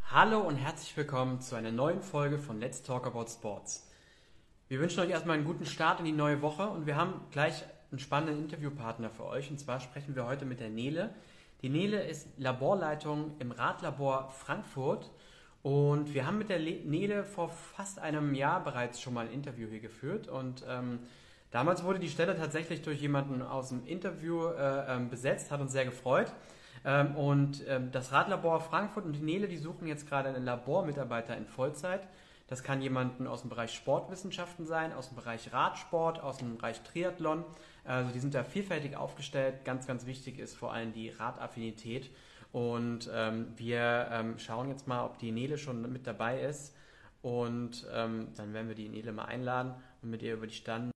Hallo und herzlich willkommen zu einer neuen Folge von Let's Talk About Sports. Wir wünschen euch erstmal einen guten Start in die neue Woche und wir haben gleich einen spannenden Interviewpartner für euch. Und zwar sprechen wir heute mit der Nele. Die Nele ist Laborleitung im Radlabor Frankfurt und wir haben mit der Nele vor fast einem Jahr bereits schon mal ein Interview hier geführt und damals wurde die Stelle tatsächlich durch jemanden aus dem Interview besetzt, hat uns sehr gefreut. Das Radlabor Frankfurt und die Nele, die suchen jetzt gerade einen Labormitarbeiter in Vollzeit. Das kann jemanden aus dem Bereich Sportwissenschaften sein, aus dem Bereich Radsport, aus dem Bereich Triathlon. Also die sind da vielfältig aufgestellt. Ganz, ganz wichtig ist vor allem die Radaffinität. Und wir schauen jetzt mal, ob die Nele schon mit dabei ist. Und dann werden wir die Nele mal einladen und mit ihr über die Stand.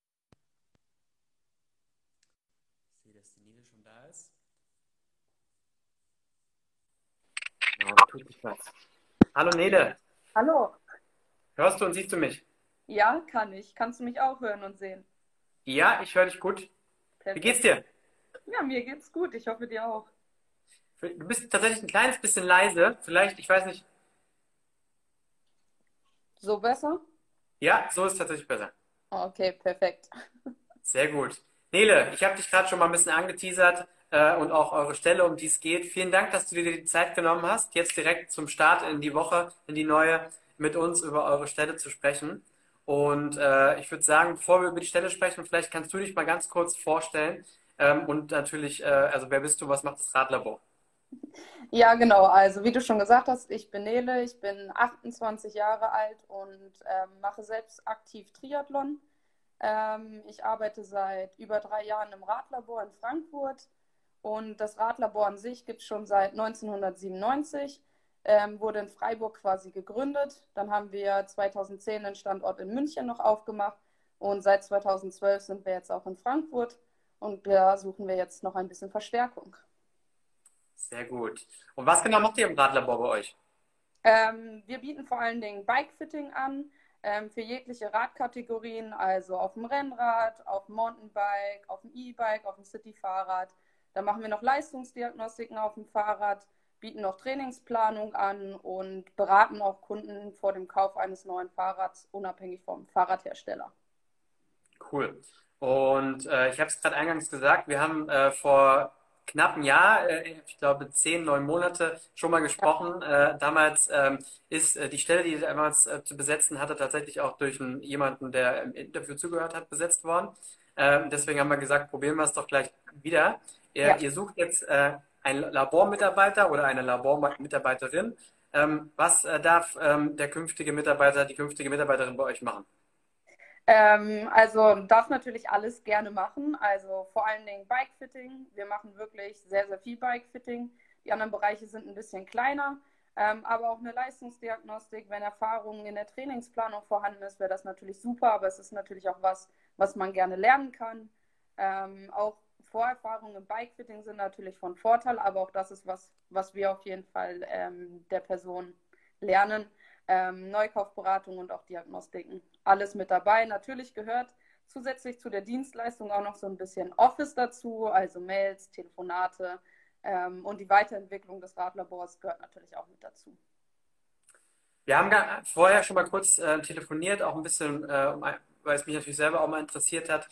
Ich sehe, dass die Nele schon da ist. Ja, da tut sich was. Hallo Nele, Hallo. hörst du und siehst du mich? Ja, kann ich. Kannst du mich auch hören und sehen? Ja, ich höre dich gut. Wie geht's Perfekt. dir? Ja, mir geht's gut. Ich hoffe dir auch. Du bist tatsächlich ein kleines bisschen leise. Vielleicht, ich weiß nicht. So besser? Ja, so ist tatsächlich besser. Okay, perfekt. Sehr gut. Nele, ich habe dich gerade schon mal ein bisschen angeteasert und auch eure Stelle, um die es geht. Vielen Dank, dass du dir die Zeit genommen hast, jetzt direkt zum Start in die Woche, in die neue, mit uns über eure Stelle zu sprechen. Und ich würde sagen, bevor wir über die Stelle sprechen, vielleicht kannst du dich mal ganz kurz vorstellen. Und natürlich, also wer bist du, was macht das Radlabor? Ja, genau. Also, wie du schon gesagt hast, ich bin Nele, ich bin 28 Jahre alt und mache selbst aktiv Triathlon. Ich arbeite seit über 3 Jahren im Radlabor in Frankfurt und das Radlabor an sich gibt es schon seit 1997, wurde in Freiburg quasi gegründet. Dann haben wir 2010 den Standort in München noch aufgemacht und seit 2012 sind wir jetzt auch in Frankfurt und da suchen wir jetzt noch ein bisschen Verstärkung. Sehr gut. Und was genau macht ihr im Radlabor bei euch? Wir bieten vor allen Dingen Bikefitting an für jegliche Radkategorien, also auf dem Rennrad, auf dem Mountainbike, auf dem E-Bike, auf dem Cityfahrrad. Da machen wir noch Leistungsdiagnostiken auf dem Fahrrad, bieten noch Trainingsplanung an und beraten auch Kunden vor dem Kauf eines neuen Fahrrads, unabhängig vom Fahrradhersteller. Cool. Und ich habe es gerade eingangs gesagt, wir haben vor knapp einem Jahr, ich glaube 10, 9 Monate schon mal gesprochen. Damals ist die Stelle, die damals zu besetzen hatte, tatsächlich auch durch jemanden, der im Interview zugehört hat, besetzt worden. Deswegen haben wir gesagt, probieren wir es doch gleich wieder. Ja. Ihr sucht jetzt einen Labormitarbeiter oder eine Labormitarbeiterin. Was darf der künftige Mitarbeiter, die künftige Mitarbeiterin bei euch machen? Also darf natürlich alles gerne machen. Also vor allen Dingen Bikefitting. Wir machen wirklich sehr, sehr viel Bikefitting. Die anderen Bereiche sind ein bisschen kleiner. Aber auch eine Leistungsdiagnostik, wenn Erfahrungen in der Trainingsplanung vorhanden ist, wäre das natürlich super. Aber es ist natürlich auch was man gerne lernen kann. Auch Vorerfahrungen im Bikefitting sind natürlich von Vorteil, aber auch das ist was wir auf jeden Fall der Person lernen. Neukaufberatung und auch Diagnostiken. Alles mit dabei. Natürlich gehört zusätzlich zu der Dienstleistung auch noch so ein bisschen Office dazu, also Mails, Telefonate und die Weiterentwicklung des Radlabors gehört natürlich auch mit dazu. Wir haben vorher schon mal kurz telefoniert, auch ein bisschen, weil es mich natürlich selber auch mal interessiert hat.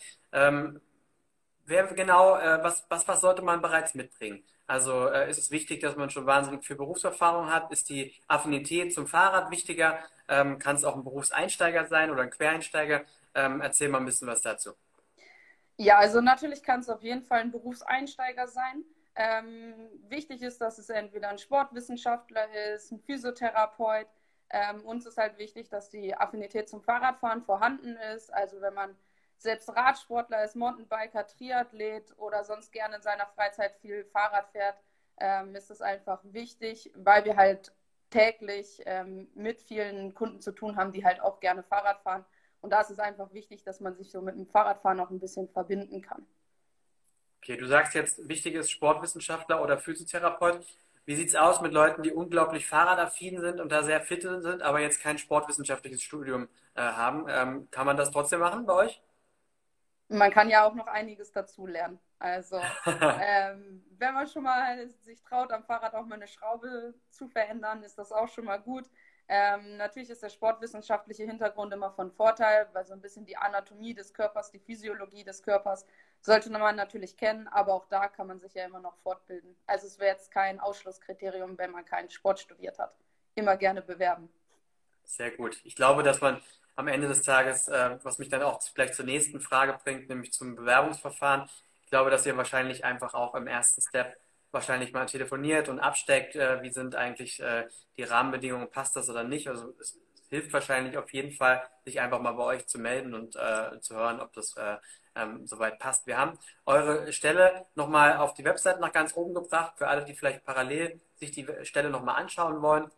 Wer genau, was sollte man bereits mitbringen? Also ist es wichtig, dass man schon wahnsinnig viel Berufserfahrung hat? Ist die Affinität zum Fahrrad wichtiger? Kann es auch ein Berufseinsteiger sein oder ein Quereinsteiger? Erzähl mal ein bisschen was dazu. Ja, also natürlich kann es auf jeden Fall ein Berufseinsteiger sein. Wichtig ist, dass es entweder ein Sportwissenschaftler ist, ein Physiotherapeut. Uns ist halt wichtig, dass die Affinität zum Fahrradfahren vorhanden ist. Also wenn man selbst Radsportler ist, Mountainbiker, Triathlet oder sonst gerne in seiner Freizeit viel Fahrrad fährt, ist es einfach wichtig, weil wir halt täglich mit vielen Kunden zu tun haben, die halt auch gerne Fahrrad fahren. Und da ist es einfach wichtig, dass man sich so mit dem Fahrradfahren auch ein bisschen verbinden kann. Okay, du sagst jetzt, wichtig ist Sportwissenschaftler oder Physiotherapeut. Wie sieht's aus mit Leuten, die unglaublich fahrradaffin sind und da sehr fit sind, aber jetzt kein sportwissenschaftliches Studium haben? Kann man das trotzdem machen bei euch? Man kann ja auch noch einiges dazulernen. Also, wenn man schon mal sich traut, am Fahrrad auch mal eine Schraube zu verändern, ist das auch schon mal gut. Natürlich ist der sportwissenschaftliche Hintergrund immer von Vorteil, weil so ein bisschen die Anatomie des Körpers, die Physiologie des Körpers sollte man natürlich kennen, aber auch da kann man sich ja immer noch fortbilden. Also es wäre jetzt kein Ausschlusskriterium, wenn man keinen Sport studiert hat. Immer gerne bewerben. Sehr gut. Ich glaube, dass man am Ende des Tages, was mich dann auch gleich zur nächsten Frage bringt, nämlich zum Bewerbungsverfahren. Ich glaube, dass ihr wahrscheinlich einfach auch im ersten Step wahrscheinlich mal telefoniert und absteckt, wie sind eigentlich die Rahmenbedingungen, passt das oder nicht. Also es hilft wahrscheinlich auf jeden Fall, sich einfach mal bei euch zu melden und zu hören, ob das soweit passt. Wir haben eure Stelle nochmal auf die Website nach ganz oben gebracht, für alle, die vielleicht parallel sich die Stelle nochmal anschauen wollen.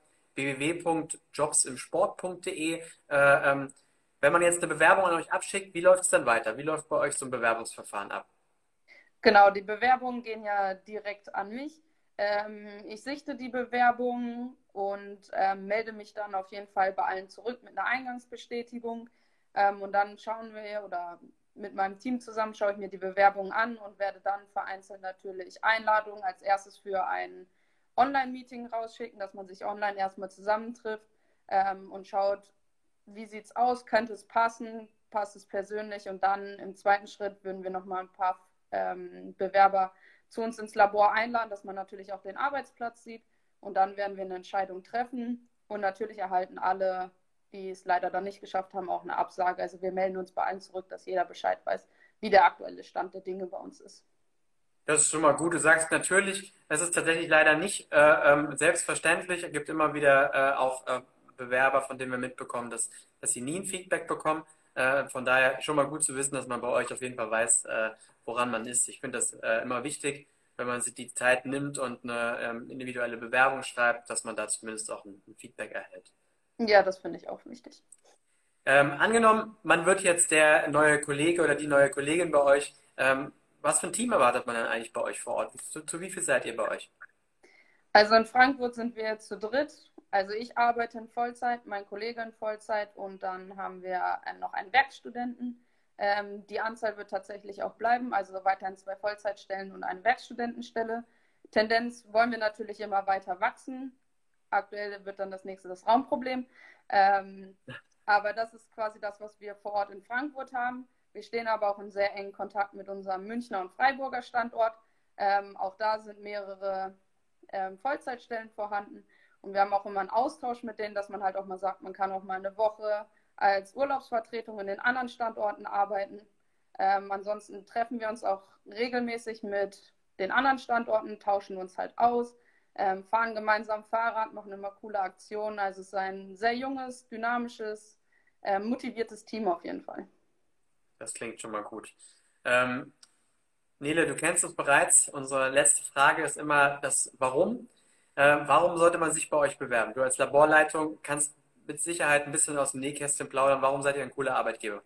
www.jobsimsport.de. Wenn man jetzt eine Bewerbung an euch abschickt, wie läuft es dann weiter? Wie läuft bei euch so ein Bewerbungsverfahren ab? Genau, die Bewerbungen gehen ja direkt an mich. Ich sichte die Bewerbungen und melde mich dann auf jeden Fall bei allen zurück mit einer Eingangsbestätigung. Und dann schauen wir, oder mit meinem Team zusammen schaue ich mir die Bewerbungen an und werde dann vereinzelt natürlich Einladungen als erstes für ein Online-Meeting rausschicken, dass man sich online erstmal zusammentrifft und schaut, wie sieht es aus, könnte es passen, passt es persönlich, und dann im zweiten Schritt würden wir nochmal ein paar Bewerber zu uns ins Labor einladen, dass man natürlich auch den Arbeitsplatz sieht, und dann werden wir eine Entscheidung treffen, und natürlich erhalten alle, die es leider dann nicht geschafft haben, auch eine Absage. Also wir melden uns bei allen zurück, dass jeder Bescheid weiß, wie der aktuelle Stand der Dinge bei uns ist. Das ist schon mal gut. Du sagst natürlich, es ist tatsächlich leider nicht selbstverständlich. Es gibt immer wieder auch Bewerber, von denen wir mitbekommen, dass sie nie ein Feedback bekommen. Von daher schon mal gut zu wissen, dass man bei euch auf jeden Fall weiß, woran man ist. Ich finde das immer wichtig, wenn man sich die Zeit nimmt und eine individuelle Bewerbung schreibt, dass man da zumindest auch ein Feedback erhält. Ja, das finde ich auch wichtig. Angenommen, man wird jetzt der neue Kollege oder die neue Kollegin bei euch. Was für ein Team erwartet man dann eigentlich bei euch vor Ort? Zu wie viel seid ihr bei euch? Also in Frankfurt sind wir zu dritt. Also ich arbeite in Vollzeit, mein Kollege in Vollzeit, und dann haben wir noch einen Werkstudenten. Die Anzahl wird tatsächlich auch bleiben, also weiterhin 2 Vollzeitstellen und eine Werkstudentenstelle. Tendenz wollen wir natürlich immer weiter wachsen. Aktuell wird dann das nächste das Raumproblem. Ähm, aber das ist quasi das, was wir vor Ort in Frankfurt haben. Wir stehen aber auch in sehr engen Kontakt mit unserem Münchner und Freiburger Standort. Auch da sind mehrere Vollzeitstellen vorhanden. Und wir haben auch immer einen Austausch mit denen, dass man halt auch mal sagt, man kann auch mal eine Woche als Urlaubsvertretung in den anderen Standorten arbeiten. Ansonsten treffen wir uns auch regelmäßig mit den anderen Standorten, tauschen uns halt aus, fahren gemeinsam Fahrrad, machen immer coole Aktionen. Also es ist ein sehr junges, dynamisches, motiviertes Team auf jeden Fall. Das klingt schon mal gut. Ähm, Nele, du kennst es bereits. Unsere letzte Frage ist immer das Warum. Warum sollte man sich bei euch bewerben? Du als Laborleitung kannst mit Sicherheit ein bisschen aus dem Nähkästchen plaudern. Warum seid ihr ein cooler Arbeitgeber?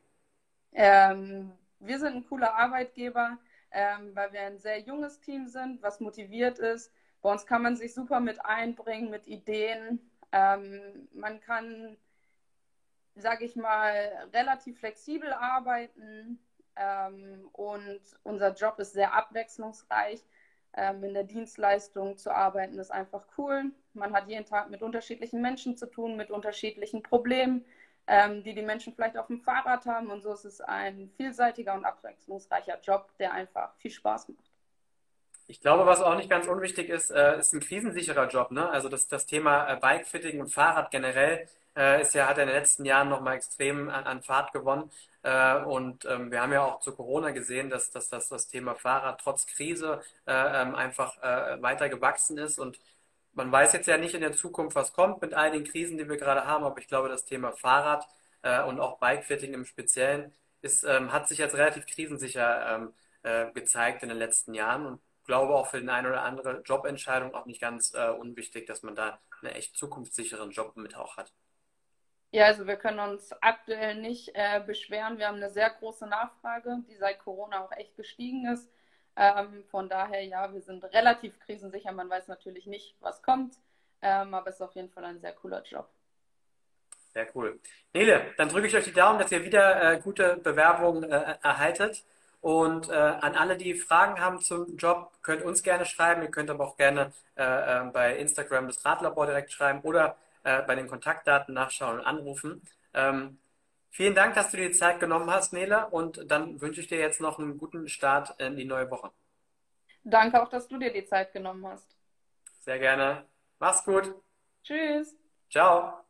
Wir sind ein cooler Arbeitgeber, weil wir ein sehr junges Team sind, was motiviert ist. Bei uns kann man sich super mit einbringen, mit Ideen. Man kann, sage ich mal, relativ flexibel arbeiten, und unser Job ist sehr abwechslungsreich. In der Dienstleistung zu arbeiten ist einfach cool. Man hat jeden Tag mit unterschiedlichen Menschen zu tun, mit unterschiedlichen Problemen, die Menschen vielleicht auf dem Fahrrad haben. Und so ist es ein vielseitiger und abwechslungsreicher Job, der einfach viel Spaß macht. Ich glaube, was auch nicht ganz unwichtig ist, ist ein krisensicherer Job. Ne? Also das Thema Bikefitting und Fahrrad generell hat ja in den letzten Jahren nochmal extrem an Fahrt gewonnen. Und wir haben ja auch zu Corona gesehen, dass das Thema Fahrrad trotz Krise einfach weiter gewachsen ist. Und man weiß jetzt ja nicht in der Zukunft, was kommt mit all den Krisen, die wir gerade haben. Aber ich glaube, das Thema Fahrrad und auch Bikefitting im Speziellen hat sich als relativ krisensicher gezeigt in den letzten Jahren. Und glaube auch für den einen oder anderen Jobentscheidung auch nicht ganz unwichtig, dass man da einen echt zukunftssicheren Job mit auch hat. Ja, also wir können uns aktuell nicht beschweren. Wir haben eine sehr große Nachfrage, die seit Corona auch echt gestiegen ist. Von daher, ja, wir sind relativ krisensicher. Man weiß natürlich nicht, was kommt, aber es ist auf jeden Fall ein sehr cooler Job. Sehr cool. Nele, dann drücke ich euch die Daumen, dass ihr wieder gute Bewerbungen erhaltet. Und an alle, die Fragen haben zum Job, könnt uns gerne schreiben. Ihr könnt aber auch gerne bei Instagram das Radlabor direkt schreiben oder bei den Kontaktdaten nachschauen und anrufen. Vielen Dank, dass du dir die Zeit genommen hast, Nele. Und dann wünsche ich dir jetzt noch einen guten Start in die neue Woche. Danke auch, dass du dir die Zeit genommen hast. Sehr gerne. Mach's gut. Tschüss. Ciao.